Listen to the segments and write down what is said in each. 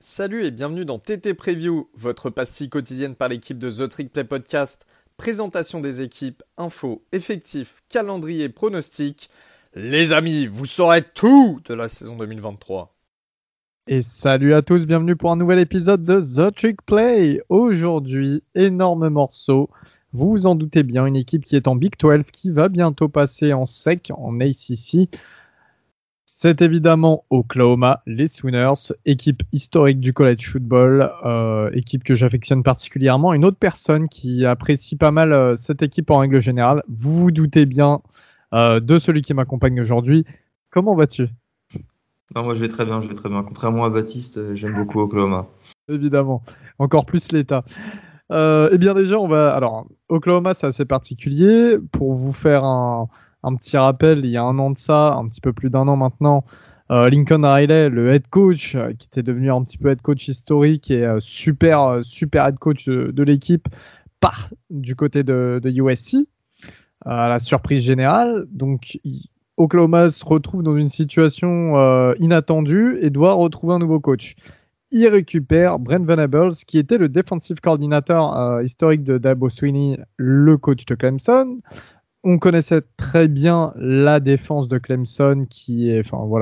Salut et bienvenue dans TT Preview, votre pastille quotidienne par l'équipe de The Trick Play Podcast. Présentation des équipes, infos, effectifs, calendrier, pronostics. Les amis, vous saurez tout de la saison 2023. Et salut à tous, bienvenue pour un nouvel épisode de The Trick Play. Aujourd'hui, énorme morceau. Vous vous en doutez bien, une équipe qui est en Big 12, qui va bientôt passer en SEC, en ACC. C'est évidemment Oklahoma, les Sooners, équipe historique du college football, équipe que j'affectionne particulièrement. Une autre personne qui apprécie pas mal cette équipe en règle générale. Vous vous doutez bien de celui qui m'accompagne aujourd'hui. Comment vas-tu ? Non, moi je vais très bien. Contrairement à Baptiste, j'aime beaucoup Oklahoma. Évidemment, encore plus l'État. Eh bien déjà, Alors, Oklahoma, c'est assez particulier. Pour vous faire un petit rappel, il y a un an de ça, un petit peu plus d'un an maintenant, Lincoln Riley, le head coach, qui était devenu un petit peu head coach historique et super head coach de l'équipe, part du côté de USC, à la surprise générale. Donc, Oklahoma se retrouve dans une situation inattendue et doit retrouver un nouveau coach. Il récupère Brent Venables, qui était le defensive coordinator historique de Dabo Swinney, le coach de Clemson. On connaissait très bien la défense de Clemson, qui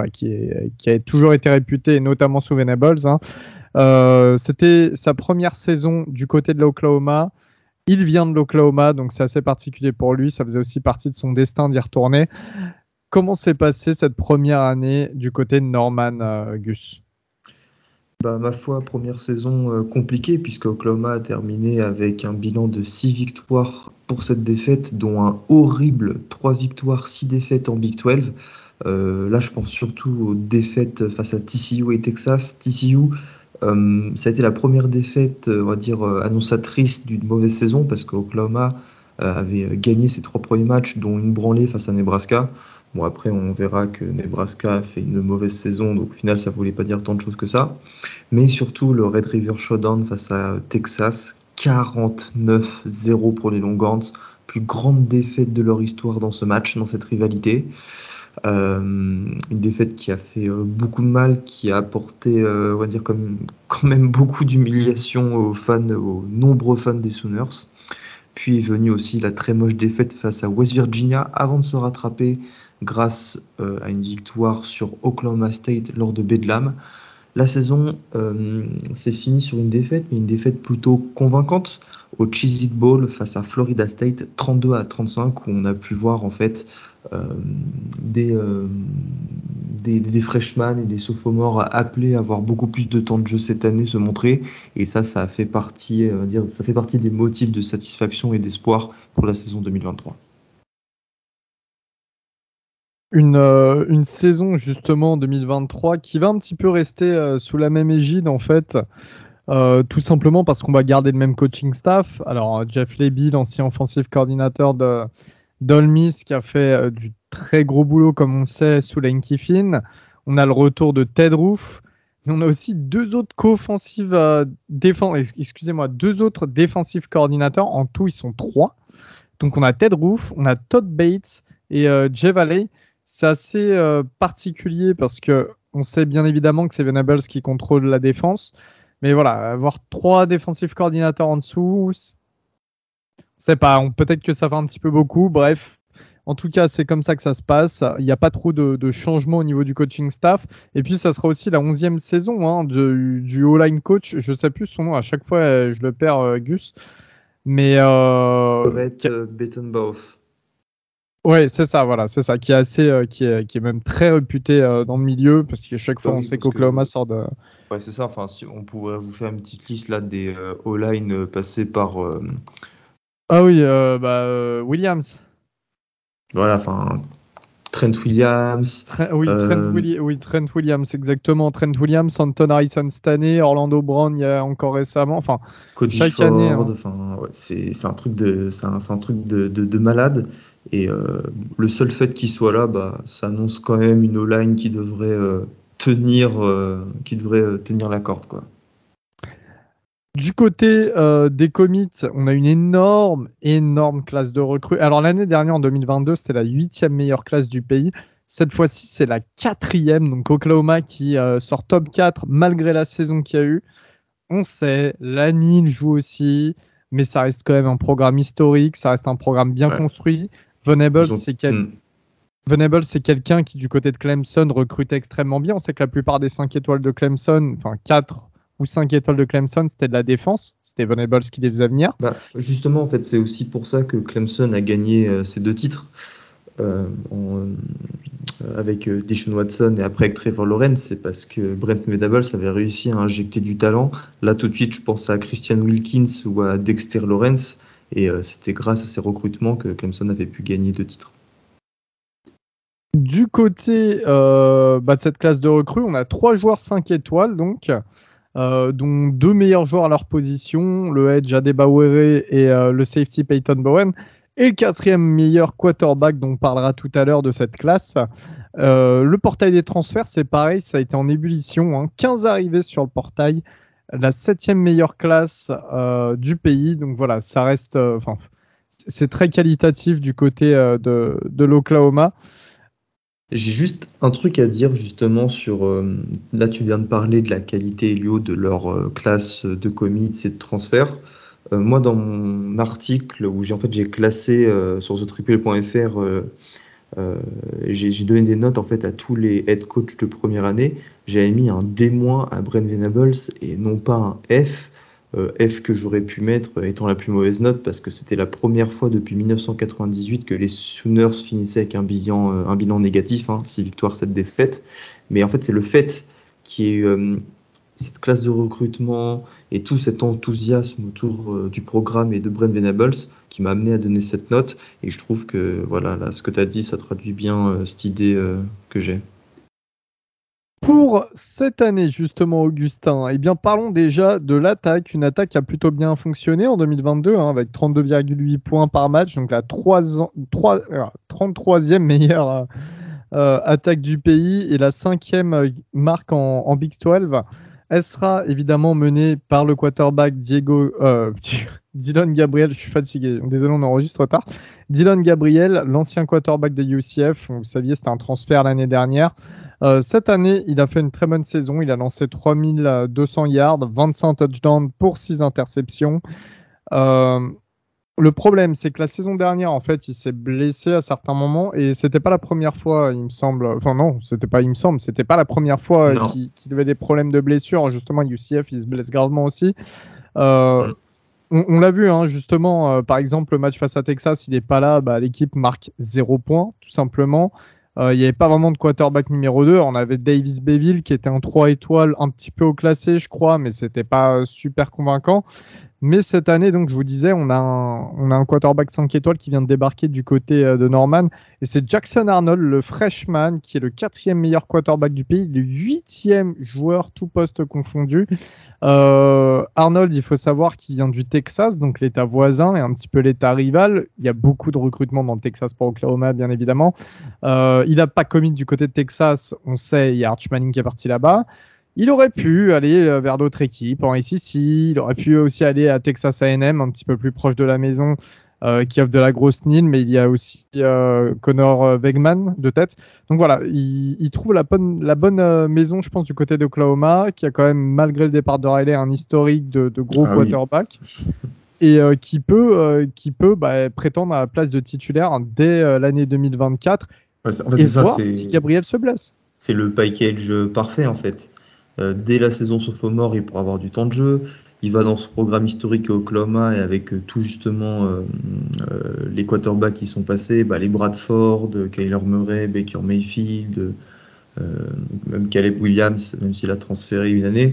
a toujours été réputée, notamment sous Venables. C'était sa première saison du côté de l'Oklahoma. Il vient de l'Oklahoma, donc c'est assez particulier pour lui. Ça faisait aussi partie de son destin d'y retourner. Comment s'est passée cette première année du côté de Norman, Gus ? Ma foi, première saison compliquée, puisque Oklahoma a terminé avec un bilan de 6 victoires pour cette défaite, dont un horrible 3 victoires, 6 défaites en Big 12. Là, je pense surtout aux défaites face à TCU et Texas. TCU, ça a été la première défaite, on va dire, annonçatrice d'une mauvaise saison, parce qu'Oklahoma avait gagné ses 3 premiers matchs, dont une branlée face à Nebraska. Bon, après, on verra que Nebraska a fait une mauvaise saison, donc au final, ça ne voulait pas dire tant de choses que ça. Mais surtout, le Red River Showdown face à Texas, 49-0 pour les Longhorns. Plus grande défaite de leur histoire dans ce match, dans cette rivalité. Une défaite qui a fait beaucoup de mal, qui a apporté, on va dire, quand même beaucoup d'humiliation aux nombreux fans des Sooners. Puis est venue aussi la très moche défaite face à West Virginia, avant de se rattraper grâce à une victoire sur Oklahoma State lors de Bedlam. La saison s'est finie sur une défaite, mais une défaite plutôt convaincante au Cheez It Bowl face à Florida State, 32-35, où on a pu voir en fait des freshmen et des sophomores appelés à avoir beaucoup plus de temps de jeu cette année se montrer, et ça fait partie des motifs de satisfaction et d'espoir pour la saison 2023. Une saison justement 2023 qui va un petit peu rester sous la même égide en fait, tout simplement parce qu'on va garder le même coaching staff. Alors Jeff Lebby, l'ancien offensive coordinator d'Ole Miss, qui a fait du très gros boulot comme on sait sous Lane Kiffin. On a le retour de Ted Roof. Mais on a aussi deux autres défensifs coordinateurs. En tout, ils sont 3. Donc on a Ted Roof, on a Todd Bates et Jay Valley. C'est assez particulier parce que on sait bien évidemment que c'est Venables qui contrôle la défense. Mais voilà, avoir 3 défensifs coordinateurs en dessous, c'est pas, peut-être que ça fait un petit peu beaucoup. Bref, en tout cas, c'est comme ça que ça se passe. Il n'y a pas trop de changements au niveau du coaching staff. Et puis, ça sera aussi la 11e saison du O-line coach. Je ne sais plus son nom. À chaque fois, je le perds, Gus. Mais Bettenbaugh. Ouais, c'est ça, voilà, c'est ça, qui est même très réputé dans le milieu, parce qu'à chaque fois, on sait qu'Oklahoma sort de... Ouais, c'est ça, enfin, si on pourrait vous faire une petite liste là des O-line passés par... Ah oui, Williams. Voilà, enfin, Trent Williams. Trent Williams, exactement. Trent Williams, Anton Harrison cette année, Orlando Brown il y a encore récemment, enfin, Cody Ford, année. Enfin, ouais, c'est un truc de malade. Et le seul fait qu'il soit là, ça annonce quand même une O-line qui devrait tenir la corde, quoi. Du côté des commits, on a une énorme classe de recrues. Alors l'année dernière, en 2022, c'était la 8e meilleure classe du pays. Cette fois-ci, c'est la 4e. Donc Oklahoma qui sort top 4 malgré la saison qu'il y a eu. On sait, la Nile joue aussi, mais ça reste quand même un programme historique, ça reste un programme bien construit. Venables, c'est quelqu'un qui, du côté de Clemson, recrute extrêmement bien. On sait que la plupart des 5 étoiles de Clemson, enfin 4 ou 5 étoiles de Clemson, c'était de la défense. C'était Venables qui les faisait venir. Justement, en fait, c'est aussi pour ça que Clemson a gagné ces 2 titres. Avec Deshaun Watson et après avec Trevor Lawrence, c'est parce que Brent Venables avait réussi à injecter du talent. Là, tout de suite, je pense à Christian Wilkins ou à Dexter Lawrence, et c'était grâce à ces recrutements que Clemson avait pu gagner 2 titres. Du côté de cette classe de recrues, on a 3 joueurs 5 étoiles, donc, dont 2 meilleurs joueurs à leur position, le edge Adebayor et le safety Peyton Bowen. Et le 4e meilleur quarterback dont on parlera tout à l'heure de cette classe. Le portail des transferts, c'est pareil, ça a été en ébullition. 15 arrivées sur le portail. La 7e meilleure classe du pays. Donc voilà, ça reste... c'est très qualitatif du côté de l'Oklahoma. J'ai juste un truc à dire justement sur... là, tu viens de parler de la qualité, Elio, de leur classe de commits et de transferts. Moi, dans mon article où j'ai classé sur thetriple.fr, j'ai donné des notes en fait à tous les head coachs de première année. J'avais mis un D- à Brent Venables et non pas un F. F que j'aurais pu mettre étant la plus mauvaise note parce que c'était la première fois depuis 1998 que les Sooners finissaient avec un bilan négatif, 6 victoires, 7 défaites. Mais en fait, c'est le fait qui est cette classe de recrutement et tout cet enthousiasme autour du programme et de Brent Venables qui m'a amené à donner cette note. Et je trouve que voilà, là, ce que tu as dit, ça traduit bien cette idée que j'ai. Pour cette année, justement, Augustin, eh bien, parlons déjà de l'attaque. Une attaque qui a plutôt bien fonctionné en 2022, avec 32,8 points par match, donc la 33e meilleure attaque du pays et la 5e marque en Big 12. Elle sera évidemment menée par le quarterback Dylan Gabriel. Je suis fatigué, désolé, on enregistre tard. Dylan Gabriel, l'ancien quarterback de UCF. Vous saviez, c'était un transfert l'année dernière. Cette année, il a fait une très bonne saison. Il a lancé 3200 yards, 25 touchdowns pour 6 interceptions. Le problème, c'est que la saison dernière, en fait, il s'est blessé à certains moments et c'était pas la première fois, il me semble. Enfin non, c'était pas la première fois qu'il avait des problèmes de blessure. Justement, UCF, il se blesse gravement aussi. On l'a vu, justement, par exemple, le match face à Texas, il n'est pas là, l'équipe marque 0 points, tout simplement. Il n'y avait pas vraiment de quarterback numéro 2. On avait Davis Beville qui était un 3 étoiles, un petit peu haut classé, je crois, mais c'était pas super convaincant. Mais cette année, donc, je vous disais, on a un quarterback 5 étoiles qui vient de débarquer du côté de Norman. Et c'est Jackson Arnold, le freshman, qui est le 4e meilleur quarterback du pays, le 8e joueur tout poste confondu. Arnold, il faut savoir qu'il vient du Texas, donc l'état voisin et un petit peu l'état rival. Il y a beaucoup de recrutement dans le Texas pour Oklahoma, bien évidemment. Il n'a pas commis du côté de Texas, on sait, il y a Arch Manning qui est parti là-bas. Il aurait pu aller vers d'autres équipes en SEC, il aurait pu aussi aller à Texas A&M, un petit peu plus proche de la maison, qui offre de la grosse Nile, mais il y a aussi Connor Wegman de tête. Donc voilà, il trouve la bonne maison, je pense, du côté d'Oklahoma, qui a quand même, malgré le départ de Riley, un historique de gros quarterback. Et qui peut prétendre à la place de titulaire dès l'année 2024 si Gabriel se blesse. C'est le package parfait en fait. Dès la saison sophomore, il pourra avoir du temps de jeu. Il va dans ce programme historique à Oklahoma et avec tout justement les quarterbacks qui sont passés, les Bradford, Kyler Murray, Baker Mayfield, même Caleb Williams, même s'il a transféré une année.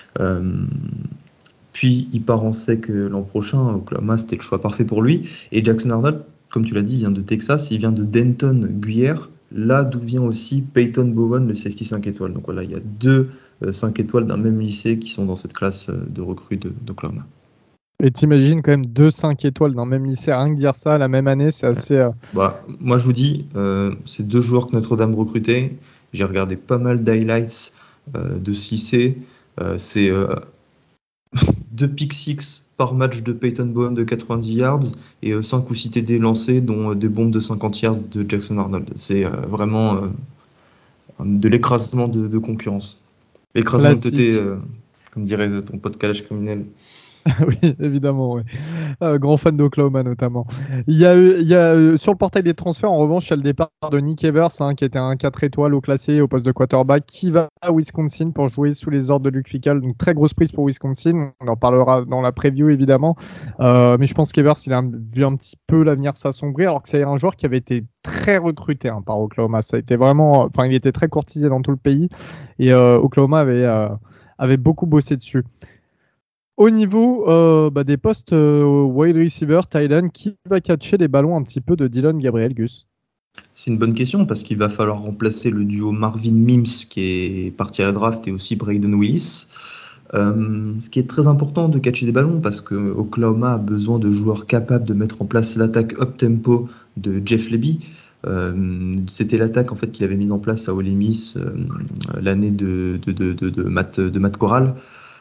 Puis il part en sec l'an prochain. Oklahoma, c'était le choix parfait pour lui. Et Jackson Arnold, comme tu l'as dit, il vient de Texas, il vient de Denton, Guyer, là d'où vient aussi Peyton Bowen, le safety 5 étoiles. Donc voilà, il y a 2 5 étoiles d'un même lycée qui sont dans cette classe de recrues d'Oklahoma. Et t'imagines quand même 2 5 étoiles dans le même lycée, rien que dire ça la même année, c'est assez... Moi je vous dis, c'est 2 joueurs que Notre-Dame recrutait. J'ai regardé pas mal d'highlights de ce lycée. C'est 2 pick six par match de Peyton Bowen de 90 yards et 5 ou 6 TD lancés, dont des bombes de 50 yards de Jackson Arnold. C'est vraiment de l'écrasement de concurrence. L'écrasement de TT, comme dirait ton pote calage criminel. Oui, évidemment, ouais. Grand fan d'Oklahoma notamment. Sur le portail des transferts, en revanche, il y a le départ de Nick Evers, qui était un 4 étoiles au classé au poste de quarterback, qui va à Wisconsin pour jouer sous les ordres de Luke Fickell. Donc très grosse prise pour Wisconsin. On en parlera dans la preview évidemment. Mais je pense qu'Evers, il a vu un petit peu l'avenir s'assombrir, alors que c'est un joueur qui avait été très recruté par Oklahoma. Ça a été vraiment, il était très courtisé dans tout le pays et Oklahoma avait beaucoup bossé dessus. Au niveau des postes wide receiver, tight end, qui va catcher les ballons un petit peu de Dylan Gabriel, Gus? C'est une bonne question parce qu'il va falloir remplacer le duo Marvin Mims qui est parti à la draft et aussi Braden Willis. Ce qui est très important de catcher des ballons parce que Oklahoma a besoin de joueurs capables de mettre en place l'attaque up-tempo de Jeff Lebby. C'était l'attaque en fait qu'il avait mise en place à Ole Miss l'année de Matt Corral.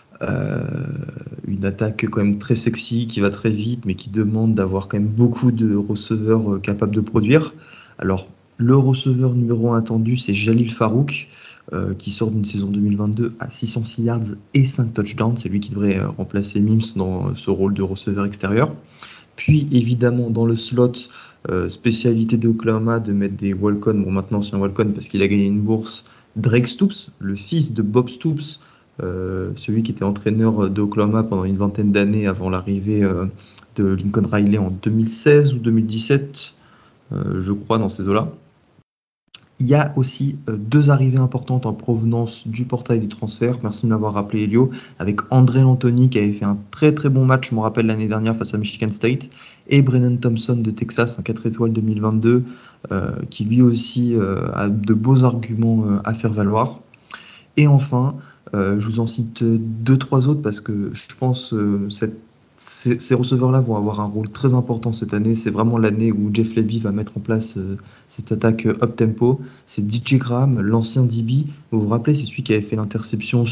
Une attaque quand même très sexy, qui va très vite, mais qui demande d'avoir quand même beaucoup de receveurs capables de produire. Alors, le receveur numéro 1 attendu, c'est Jalil Farouk, qui sort d'une saison 2022 à 606 yards et 5 touchdowns. C'est lui qui devrait remplacer Mims dans ce rôle de receveur extérieur. Puis, évidemment, dans le slot, spécialité d'Oklahoma de mettre des walk-on. Bon, maintenant, c'est un walk-on parce qu'il a gagné une bourse. Drake Stoops, le fils de Bob Stoops, celui qui était entraîneur d'Oklahoma pendant une vingtaine d'années avant l'arrivée de Lincoln Riley en 2016 ou 2017, je crois, dans ces eaux-là. Il y a aussi 2 arrivées importantes en provenance du portail des transferts. Merci de m'avoir rappelé, Elio, avec André Lantoni qui avait fait un très très bon match, je me rappelle, l'année dernière face à Michigan State, et Brennan Thompson de Texas, un 4 étoiles 2022, qui lui aussi a de beaux arguments à faire valoir. Et enfin, je vous en cite 2-3 autres parce que je pense que ces receveurs-là vont avoir un rôle très important cette année. C'est vraiment l'année où Jeff Lebby va mettre en place cette attaque up-tempo. C'est DJ Graham, l'ancien DB. Vous vous rappelez, c'est celui qui avait fait l'interception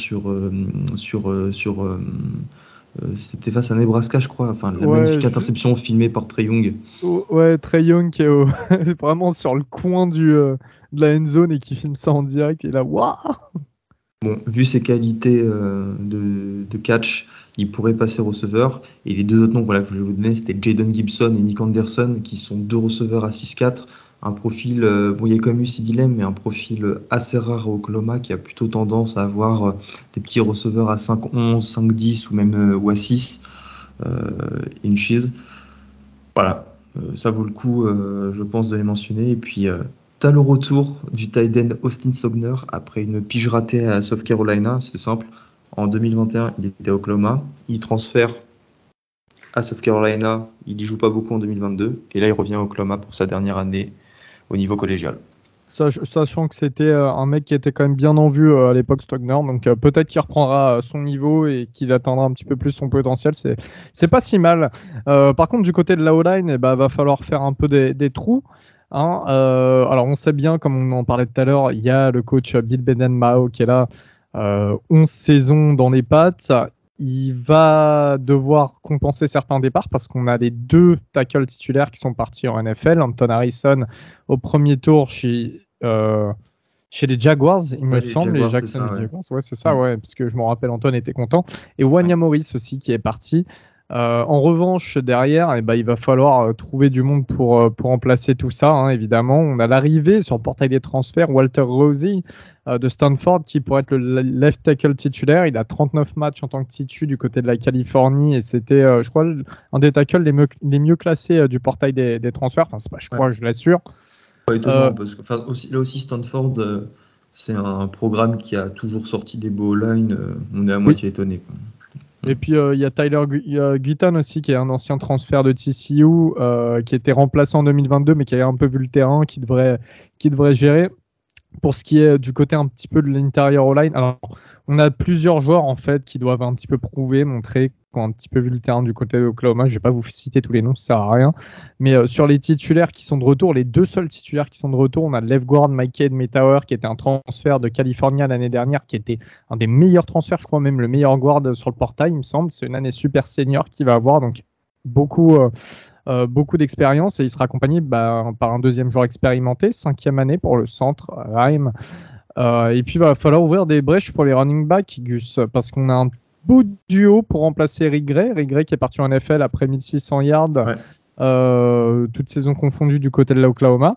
c'était face à Nebraska, je crois. Enfin, la magnifique interception filmée par Trae Young. Ouais, Trae Young qui est vraiment sur le coin de la end zone et qui filme ça en direct. Et là, waouh! Bon, vu ses qualités de catch, il pourrait passer receveur. Et les 2 autres noms que je voulais vous donner, c'était Jadon Gibson et Nick Anderson, qui sont 2 receveurs à 6-4. Un profil, il y a quand même eu ce dilemme, mais un profil assez rare au Oklahoma qui a plutôt tendance à avoir des petits receveurs à 5-11, 5-10 ou même ou à 6 inches. Voilà, ça vaut le coup, je pense, de les mentionner. Et puis, t'as le retour du tight end Austin Sogner après une pige ratée à South Carolina. C'est simple. En 2021, il était à Oklahoma. Il transfère à South Carolina. Il n'y joue pas beaucoup en 2022. Et là, il revient à Oklahoma pour sa dernière année au niveau collégial. Sachant que c'était un mec qui était quand même bien en vue à l'époque, Sogner. Donc peut-être qu'il reprendra son niveau et qu'il atteindra un petit peu plus son potentiel. C'est pas si mal. Par contre, du côté de la O-line, va falloir faire un peu des trous. Alors on sait bien, comme on en parlait tout à l'heure, il y a le coach Bill Beden-Mao qui est là, 11 saisons dans les pattes. Il va devoir compenser certains départs parce qu'on a les 2 tackles titulaires qui sont partis en NFL. Anton Harrison au premier tour chez les Jaguars, il me semble, les Jacksonville Jaguars. Ouais, c'est ça, ouais, parce que je me rappelle, Anton était content. Et Wanya Morris aussi qui est parti. En revanche, derrière, il va falloir trouver du monde pour remplacer tout ça, évidemment. On a l'arrivée sur le portail des transferts, Walter Rosie de Stanford, qui pourrait être le left tackle titulaire. Il a 39 matchs en tant que titu du côté de la Californie, et c'était, je crois, un des tackles les mieux classés du portail des transferts. Enfin, c'est pas, je crois, je l'assure. Pas étonnant, parce que là aussi, Stanford, c'est un programme qui a toujours sorti des beaux lines. On est à moitié étonné, quoi. Et puis il y a Tyler Guyton aussi, qui est un ancien transfert de TCU, qui était remplaçant en 2022, mais qui a un peu vu le terrain, qui devrait gérer. Pour ce qui est du côté un petit peu de l'intérieur O-line, alors on a plusieurs joueurs en fait qui doivent un petit peu prouver, montrer, qui ont un petit peu vu le terrain du côté de Oklahoma. Je vais pas vous citer tous les noms, ça sert à rien. Mais sur les titulaires qui sont de retour, les deux seuls titulaires qui sont de retour, on a le left guard Mike Maytower qui était un transfert de California l'année dernière, qui était un des meilleurs transferts, je crois même le meilleur guard sur le portail, il me semble. C'est une année super senior qu'il va avoir, donc beaucoup d'expérience, et il sera accompagné par un deuxième joueur expérimenté, 5e année pour le centre, Rhyme. Et puis, il va falloir ouvrir des brèches pour les running backs, Gus, parce qu'on a un beau duo pour remplacer Rick Gray. Rick Gray qui est parti en NFL après 1600 yards, toute saison confondue du côté de l'Oklahoma.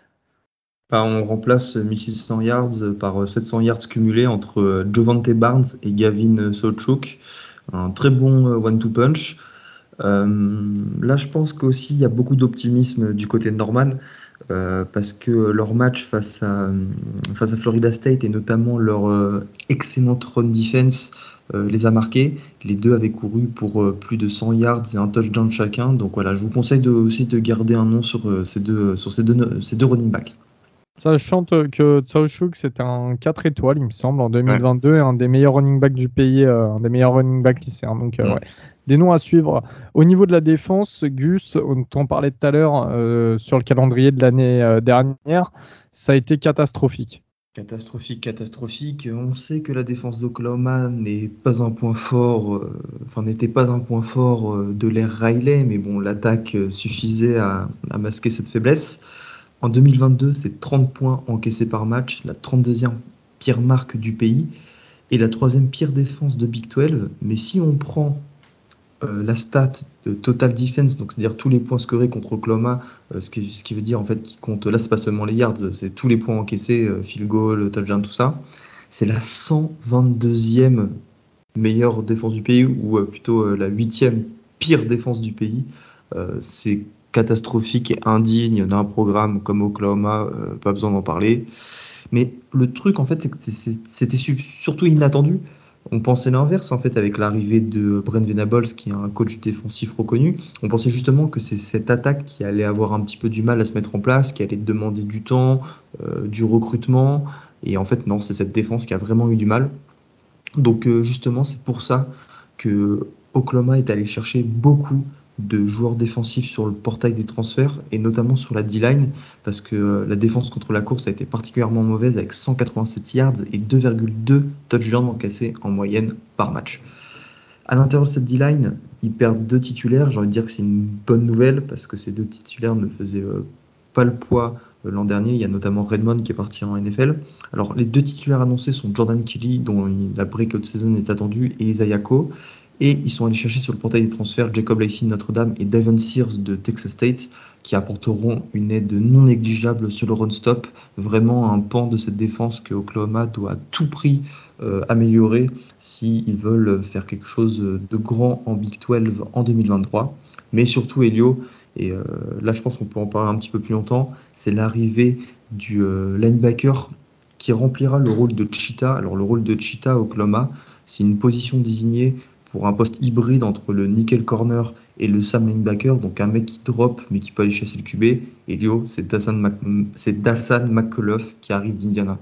On remplace 1600 yards par 700 yards cumulés entre Jovante Barnes et Gavin Sawchuk. Un très bon one-two punch. Là, je pense qu'aussi il y a beaucoup d'optimisme du côté de Norman, parce que leur match face à Florida State et notamment leur excellente run defense les a marqués. Les deux avaient couru pour plus de 100 yards et un touchdown chacun. Donc voilà, je vous conseille aussi de garder un nom sur ces deux running backs. Sachant que Sawchuk, c'était un 4 étoiles, il me semble, en 2022, et un des meilleurs running backs du pays, un des meilleurs running backs lycéens. Donc, ouais. Des noms à suivre. Au niveau de la défense, Gus, on t'en parlait tout à l'heure sur le calendrier de l'année dernière, ça a été catastrophique. Catastrophique. On sait que la défense d'Oklahoma n'est pas un point fort, n'était pas un point fort de l'ère Riley, mais bon, l'attaque suffisait à masquer cette faiblesse. En 2022, c'est 30 points encaissés par match, la 32e pire marque du pays et la 3e pire défense de Big 12. Mais si on prend la stat de total defense, donc c'est-à-dire tous les points scorés contre Oklahoma, ce qui veut dire en fait qu'il compte, là c'est pas seulement les yards, c'est tous les points encaissés, field goal, touchdown, tout ça, c'est la 122e meilleure défense du pays, ou plutôt la 8e pire défense du pays. C'est catastrophique et indigne d'un programme comme Oklahoma, pas besoin d'en parler. Mais le truc en fait, c'est que c'était surtout inattendu. On pensait l'inverse en fait avec l'arrivée de Brent Venables, qui est un coach défensif reconnu. On pensait justement que c'est cette attaque qui allait avoir un petit peu du mal à se mettre en place, qui allait demander du temps, du recrutement. Et en fait non, c'est cette défense qui a vraiment eu du mal. Donc justement, c'est pour ça que Oklahoma est allé chercher beaucoup de joueurs défensifs sur le portail des transferts, et notamment sur la D-line, parce que la défense contre la course a été particulièrement mauvaise, avec 187 yards et 2,2 touchdowns encaissés en moyenne par match. À l'intérieur de cette D-line, ils perdent 2 titulaires. J'ai envie de dire que c'est une bonne nouvelle, parce que ces 2 titulaires ne faisaient pas le poids l'an dernier. Il y a notamment Redmond qui est parti en NFL. Alors, les 2 titulaires annoncés sont Jordan Kelly, dont la breakout season est attendue, et Isaiah Coe. Et ils sont allés chercher sur le portail des transferts Jacob Lacey de Notre-Dame et Devon Sears de Texas State, qui apporteront une aide non négligeable sur le run-stop. Vraiment un pan de cette défense que Oklahoma doit à tout prix améliorer s'ils veulent faire quelque chose de grand en Big 12 en 2023. Mais surtout, Elio, et là je pense qu'on peut en parler un petit peu plus longtemps, c'est l'arrivée du linebacker qui remplira le rôle de Cheetah. Alors le rôle de Cheetah à Oklahoma, c'est une position désignée pour un poste hybride entre le nickel corner et le Sam linebacker, donc un mec qui drop mais qui peut aller chasser le QB. Et Léo, c'est Dasan McCullough qui arrive d'Indiana.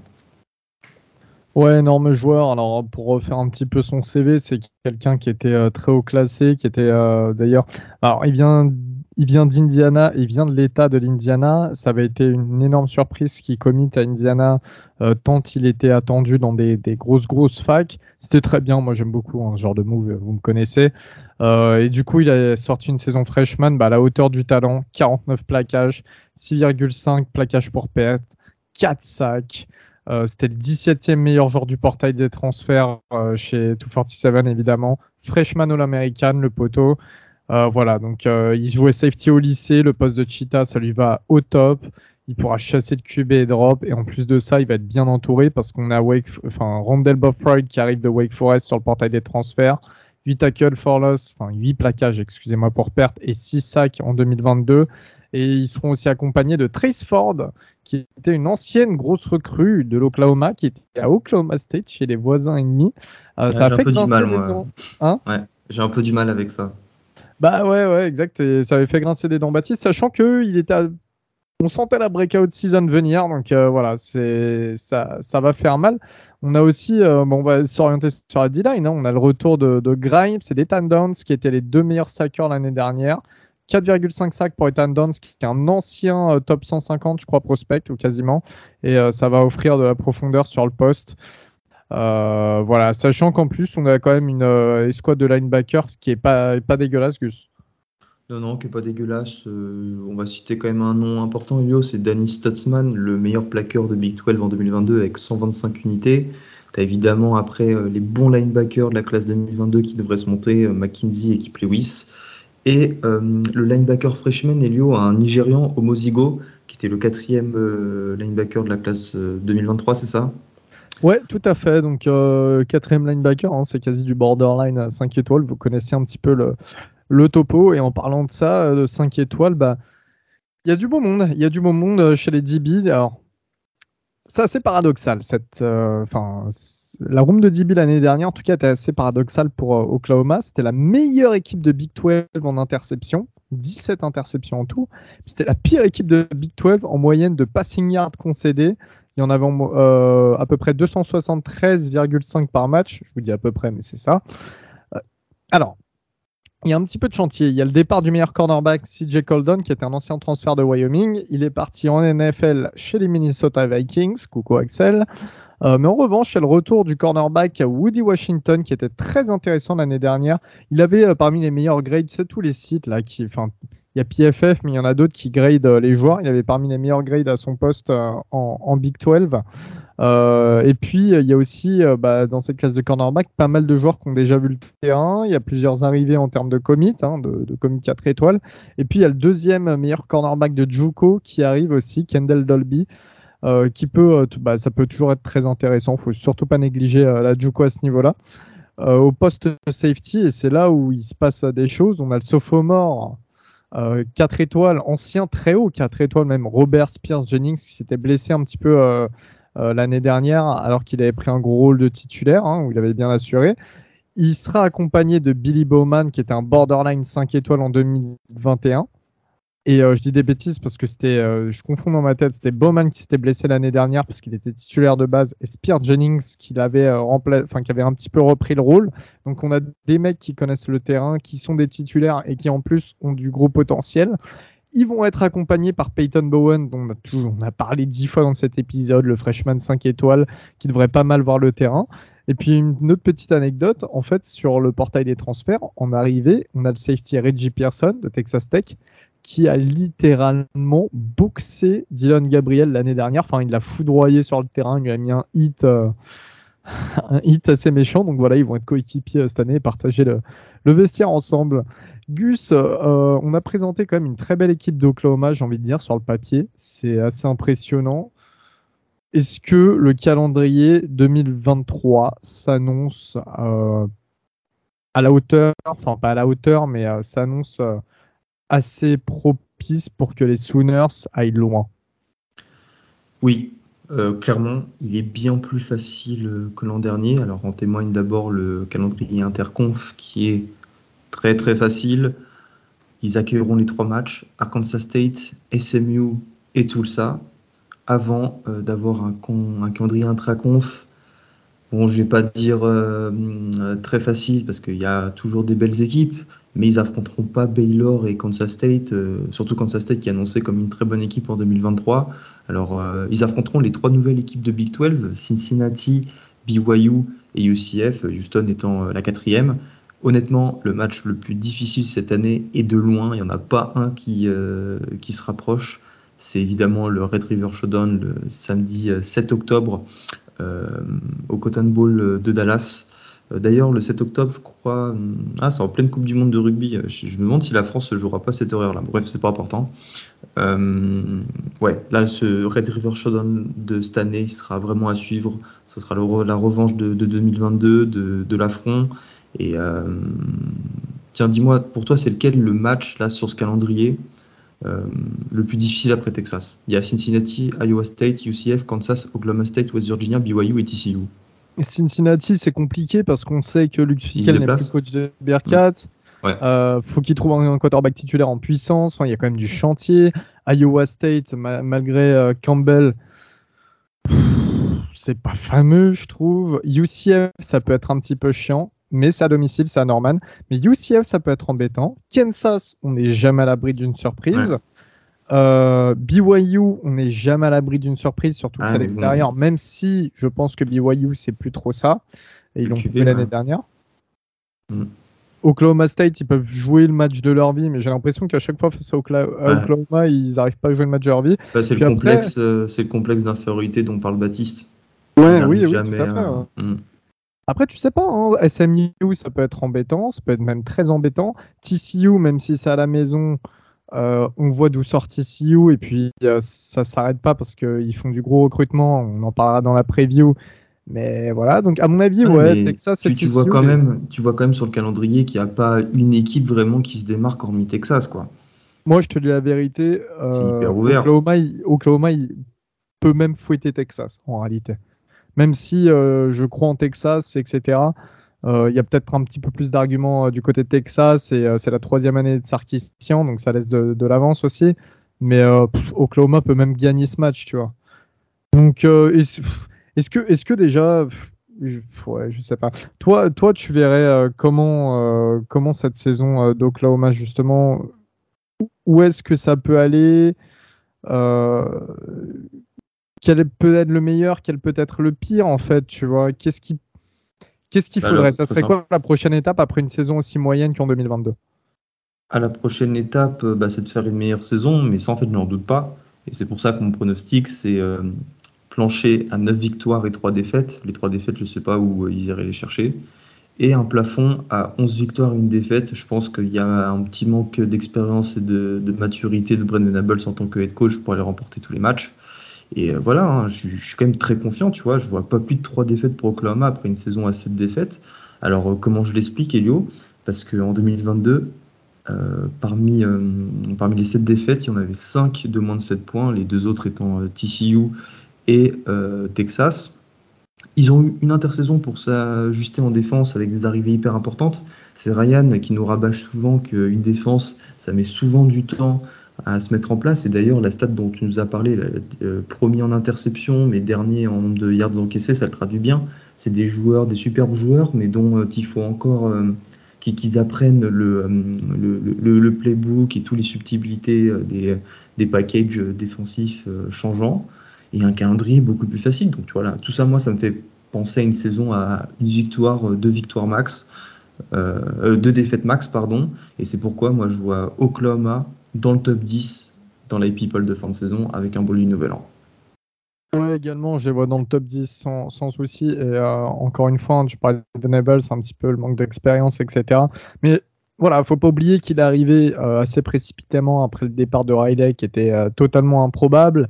Ouais, énorme joueur. Alors, pour refaire un petit peu son CV, c'est quelqu'un qui était très haut classé, qui était d'ailleurs. Alors, il vient d'Indiana, il vient de l'État de l'Indiana. Ça avait été une énorme surprise qu'il commit à Indiana, tant il était attendu dans des grosses facs. C'était très bien. Moi, j'aime beaucoup ce genre de move, vous me connaissez. Et du coup, il a sorti une saison freshman à la hauteur du talent, 49 plaquages, 6,5 plaquages pour perte, 4 sacs. C'était le 17e meilleur joueur du portail des transferts chez 247, évidemment. Freshman All-American, le poteau. Voilà, donc il jouait safety au lycée. Le poste de Cheetah, ça lui va au top. Il pourra chasser de QB et drop. Et en plus de ça, il va être bien entouré parce qu'on a Rondell Bothroyd qui arrive de Wake Forest sur le portail des transferts. 8 tackles for loss, 8 plaquages, excusez-moi, pour perte, et 6 sacs en 2022. Et ils seront aussi accompagnés de Trace Ford, qui était une ancienne grosse recrue de l'Oklahoma, qui était à Oklahoma State, chez les voisins ennemis. Ça a fait grincer des dents. Hein, ouais, j'ai un peu du mal avec ça. Bah ouais, exact. Et ça avait fait grincer des dents Baptiste, sachant qu'il était on sentait la breakout season venir, donc voilà, ça va faire mal. On a aussi, on va s'orienter sur la D-line, hein. On a le retour de Grimes et d'Ethan Downs, qui étaient les 2 meilleurs sackers l'année dernière. 4,5 sacs pour Ethan Downs, qui est un ancien top 150, je crois, prospect, ou quasiment. Et ça va offrir de la profondeur sur le poste. Voilà, sachant qu'en plus, on a quand même une escouade de linebackers qui est pas dégueulasse, Gus. Non, qui n'est pas dégueulasse. On va citer quand même un nom important, Elio, c'est Danny Stutzman, le meilleur plaqueur de Big 12 en 2022 avec 125 unités. Tu as évidemment après les bons linebackers de la classe 2022 qui devraient se monter, McKinsey et Kip Lewis. Et le linebacker freshman, Elio, un Nigérian, Omozigo, qui était le 4e linebacker de la classe 2023, c'est ça? Ouais, tout à fait. Donc, 4e linebacker, hein, c'est quasi du borderline à 5 étoiles. Vous connaissez un petit peu le topo. Et en parlant de ça, de 5 étoiles, il y a du beau monde. Il y a du beau monde chez les DB. Alors, c'est assez paradoxal. La room de DB l'année dernière, en tout cas, était assez paradoxale pour Oklahoma. C'était la meilleure équipe de Big 12 en interception. 17 interceptions en tout. C'était la pire équipe de Big 12 en moyenne de passing yards concédés. Il y en avait à peu près 273,5 par match. Je vous dis à peu près, mais c'est ça. Alors, il y a un petit peu de chantier. Il y a le départ du meilleur cornerback, CJ Coldon, qui était un ancien transfert de Wyoming. Il est parti en NFL chez les Minnesota Vikings. Coucou Axel. Mais en revanche, il y a le retour du cornerback Woody Washington, qui était très intéressant l'année dernière. Il avait parmi les meilleurs grades, c'est tous les sites là il y a PFF, mais il y en a d'autres qui gradent les joueurs. Il avait parmi les meilleurs grades à son poste en Big 12. Et puis, il y a aussi, dans cette classe de cornerback, pas mal de joueurs qui ont déjà vu le terrain. Il y a plusieurs arrivées en termes de commit, de commit 4 étoiles. Et puis, il y a le deuxième meilleur cornerback de JUCO qui arrive aussi, Kendall Dolby, qui peut, ça peut toujours être très intéressant. Il ne faut surtout pas négliger la JUCO à ce niveau-là. Au poste safety, et c'est là où il se passe des choses, on a le sophomore 4 étoiles, ancien très haut 4 étoiles même, Robert Spears Jennings, qui s'était blessé un petit peu l'année dernière alors qu'il avait pris un gros rôle de titulaire, où il avait bien assuré. Il sera accompagné de Billy Bowman, qui était un borderline 5 étoiles en 2021. Et je dis des bêtises parce que je confonds dans ma tête, c'était Bowman qui s'était blessé l'année dernière parce qu'il était titulaire de base, et Spears Jennings qui avait un petit peu repris le rôle. Donc on a des mecs qui connaissent le terrain, qui sont des titulaires et qui en plus ont du gros potentiel. Ils vont être accompagnés par Peyton Bowen, dont on a parlé 10 fois dans cet épisode, le freshman 5 étoiles, qui devrait pas mal voir le terrain. Et puis une autre petite anecdote, en fait, sur le portail des transferts, en arrivée, on a le safety Reggie Pearson de Texas Tech, qui a littéralement boxé Dylan Gabriel l'année dernière. Enfin, il l'a foudroyé sur le terrain, il lui a mis un hit assez méchant. Donc voilà, ils vont être coéquipiers cette année et partager le vestiaire ensemble. Gus, on a présenté quand même une très belle équipe d'Oklahoma, j'ai envie de dire, sur le papier. C'est assez impressionnant. Est-ce que le calendrier 2023 s'annonce à la hauteur, enfin pas à la hauteur, mais s'annonce assez propice pour que les Sooners aillent loin? Oui, clairement, il est bien plus facile que l'an dernier. Alors en témoigne d'abord le calendrier interconf qui est très très facile. Ils accueilleront les 3 matchs, Arkansas State, SMU et Tulsa, avant d'avoir un calendrier intraconf. Bon, je vais pas dire très facile parce qu'il y a toujours des belles équipes, mais ils affronteront pas Baylor et Kansas State, surtout Kansas State qui est annoncé comme une très bonne équipe en 2023. Alors, ils affronteront les 3 nouvelles équipes de Big 12, Cincinnati, BYU et UCF, Houston étant la 4e. Honnêtement, le match le plus difficile cette année est de loin. Il n'y en a pas un qui se rapproche. C'est évidemment le Red River Showdown le samedi 7 octobre au Cotton Bowl de Dallas. D'ailleurs, le 7 octobre, je crois... c'est en pleine Coupe du Monde de rugby. Je me demande si la France ne jouera pas cette heure-là. Bref, c'est pas important. Là, ce Red River Showdown de cette année sera vraiment à suivre. Ce sera la revanche de 2022, de l'affront. Et tiens, dis-moi, pour toi, c'est lequel le match là sur ce calendrier le plus difficile après Texas? Il y a Cincinnati, Iowa State, UCF, Kansas, Oklahoma State, West Virginia, BYU et TCU. Cincinnati, c'est compliqué parce qu'on sait que Luke Fickell n'est plus coach de Bearcats. Ouais. Faut qu'il trouve un quarterback titulaire en puissance. Enfin, il y a quand même du chantier. Iowa State, malgré Campbell, c'est pas fameux, je trouve. UCF, ça peut être un petit peu chiant, mais c'est à domicile, c'est à Norman. Mais UCF, ça peut être embêtant. Kansas, on n'est jamais à l'abri d'une surprise. BYU, on n'est jamais à l'abri d'une surprise, surtout que c'est à l'extérieur, même si je pense que BYU, c'est plus trop ça. Et ils l'ont coupé l'année dernière. Oklahoma State, ils peuvent jouer le match de leur vie, mais j'ai l'impression qu'à chaque fois face à Oklahoma, ils n'arrivent pas à jouer le match de leur vie. C'est le complexe d'infériorité dont parle Baptiste. Oui, tout à fait. Après, tu sais pas, hein, SMU, ça peut être embêtant, ça peut être même très embêtant. TCU, même si c'est à la maison, on voit d'où sort TCU, et puis ça s'arrête pas parce qu'ils font du gros recrutement, on en parlera dans la preview. Mais voilà, donc à mon avis, Texas, tu vois quand même sur le calendrier qu'il n'y a pas une équipe vraiment qui se démarque hormis Texas, quoi. Moi, je te dis la vérité, c'est hyper ouvert. Oklahoma, il peut même fouetter Texas, en réalité. Même si je crois en Texas, etc., il y a peut-être un petit peu plus d'arguments du côté de Texas, et c'est la 3e année de Sarkisian, donc ça laisse de l'avance aussi. Mais Oklahoma peut même gagner ce match, tu vois. Donc, est-ce que déjà, je sais pas. Toi, tu verrais comment cette saison d'Oklahoma, justement, où est-ce que ça peut aller? Quel peut être le meilleur? Quel peut être le pire, en fait, tu vois? Qu'est-ce qu'il faudrait? Ça serait quoi la prochaine étape après une saison aussi moyenne qu'en 2022? La prochaine étape, c'est de faire une meilleure saison, mais ça, en fait, je n'en doute pas. Et c'est pour ça que mon pronostic, c'est plancher à 9 victoires et 3 défaites. Les 3 défaites, je ne sais pas où ils iraient les chercher. Et un plafond à 11 victoires et 1 défaite. Je pense qu'il y a un petit manque d'expérience et de maturité de Brendan Venables en tant que head coach pour aller remporter tous les matchs. Et voilà, hein, je suis quand même très confiant, tu vois. Je vois pas plus de 3 défaites pour Oklahoma après une saison à 7 défaites. Alors, comment je l'explique, Elio? Parce qu'en 2022, parmi les 7 défaites, il y en avait 5 de moins de 7 points, les 2 autres étant TCU et Texas. Ils ont eu une intersaison pour s'ajuster en défense avec des arrivées hyper importantes. C'est Ryan qui nous rabâche souvent qu'une défense, ça met souvent du temps à se mettre en place. Et d'ailleurs, la stat dont tu nous as parlé, premier en interception, mais dernier en nombre de yards encaissés, ça le traduit bien. C'est des superbes joueurs, mais dont il faut encore qu'ils apprennent le playbook et toutes les subtilités des packages défensifs changeants. Et un calendrier beaucoup plus facile. Donc voilà, tout ça, moi, ça me fait penser à une saison à 1 victoire, 2 victoires max, 2 défaites max, pardon. Et c'est pourquoi moi je vois Oklahoma dans le top 10 dans l'IP People de fin de saison avec un Bolly Nouvel An. Ouais, également, je les vois dans le top 10 sans souci. Et encore une fois, tu parlais de Venables, c'est un petit peu le manque d'expérience, etc. Mais voilà, faut pas oublier qu'il est arrivé assez précipitamment après le départ de Riley, qui était totalement improbable.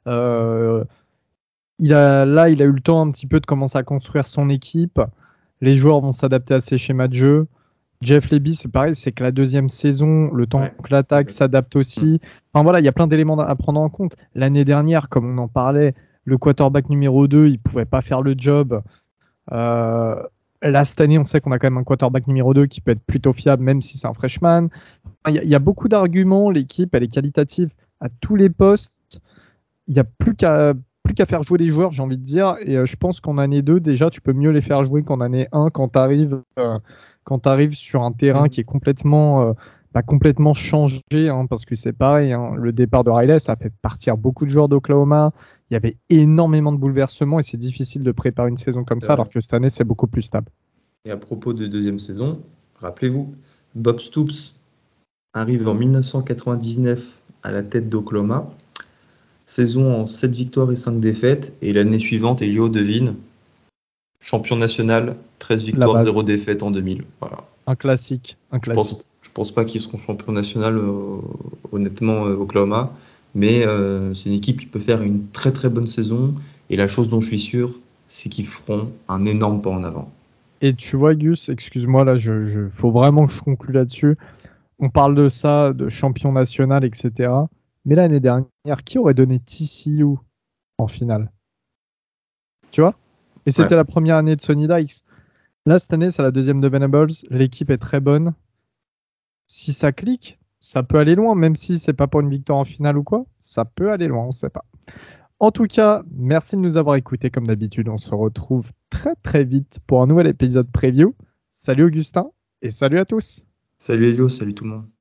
Il a eu le temps un petit peu de commencer à construire son équipe. Les joueurs vont s'adapter à ses schémas de jeu. Jeff Lebby, c'est pareil, c'est que la 2e saison, le temps que l'attaque s'adapte aussi. Enfin voilà, il y a plein d'éléments à prendre en compte. L'année dernière, comme on en parlait, le quarterback numéro 2, il pouvait pas faire le job. Là, cette année, on sait qu'on a quand même un quarterback numéro 2 qui peut être plutôt fiable, même si c'est un freshman. Il y a beaucoup d'arguments. L'équipe, elle est qualitative à tous les postes. Il n'y a plus qu'à faire jouer les joueurs, j'ai envie de dire. Et je pense qu'en année 2, déjà, tu peux mieux les faire jouer qu'en année 1 quand tu arrives sur un terrain qui est complètement changé, hein, parce que c'est pareil, hein, le départ de Riley, ça a fait partir beaucoup de joueurs d'Oklahoma. Il y avait énormément de bouleversements et c'est difficile de préparer une saison comme ça, alors que cette année, c'est beaucoup plus stable. Et à propos de 2e saison, rappelez-vous, Bob Stoops arrive en 1999 à la tête d'Oklahoma. Saison en 7 victoires et 5 défaites. Et l'année suivante, Elio devine, champion national, 13 victoires, 0 défaites en 2000. Voilà. Un classique. Je pense pas qu'ils seront champions national, honnêtement, Oklahoma. Mais c'est une équipe qui peut faire une très très bonne saison. Et la chose dont je suis sûr, c'est qu'ils feront un énorme pas en avant. Et tu vois, Gus, excuse-moi, là, faut vraiment que je conclue là-dessus. On parle de ça, de champion national, etc. Mais l'année dernière, qui aurait donné TCU en finale? Tu vois? Et c'était la première année de Sonny Dykes. Là, cette année, c'est la 2e de Venables. L'équipe est très bonne. Si ça clique, ça peut aller loin, même si c'est pas pour une victoire en finale ou quoi. Ça peut aller loin, on sait pas. En tout cas, merci de nous avoir écoutés comme d'habitude. On se retrouve très très vite pour un nouvel épisode preview. Salut Augustin et salut à tous. Salut Elio, salut tout le monde.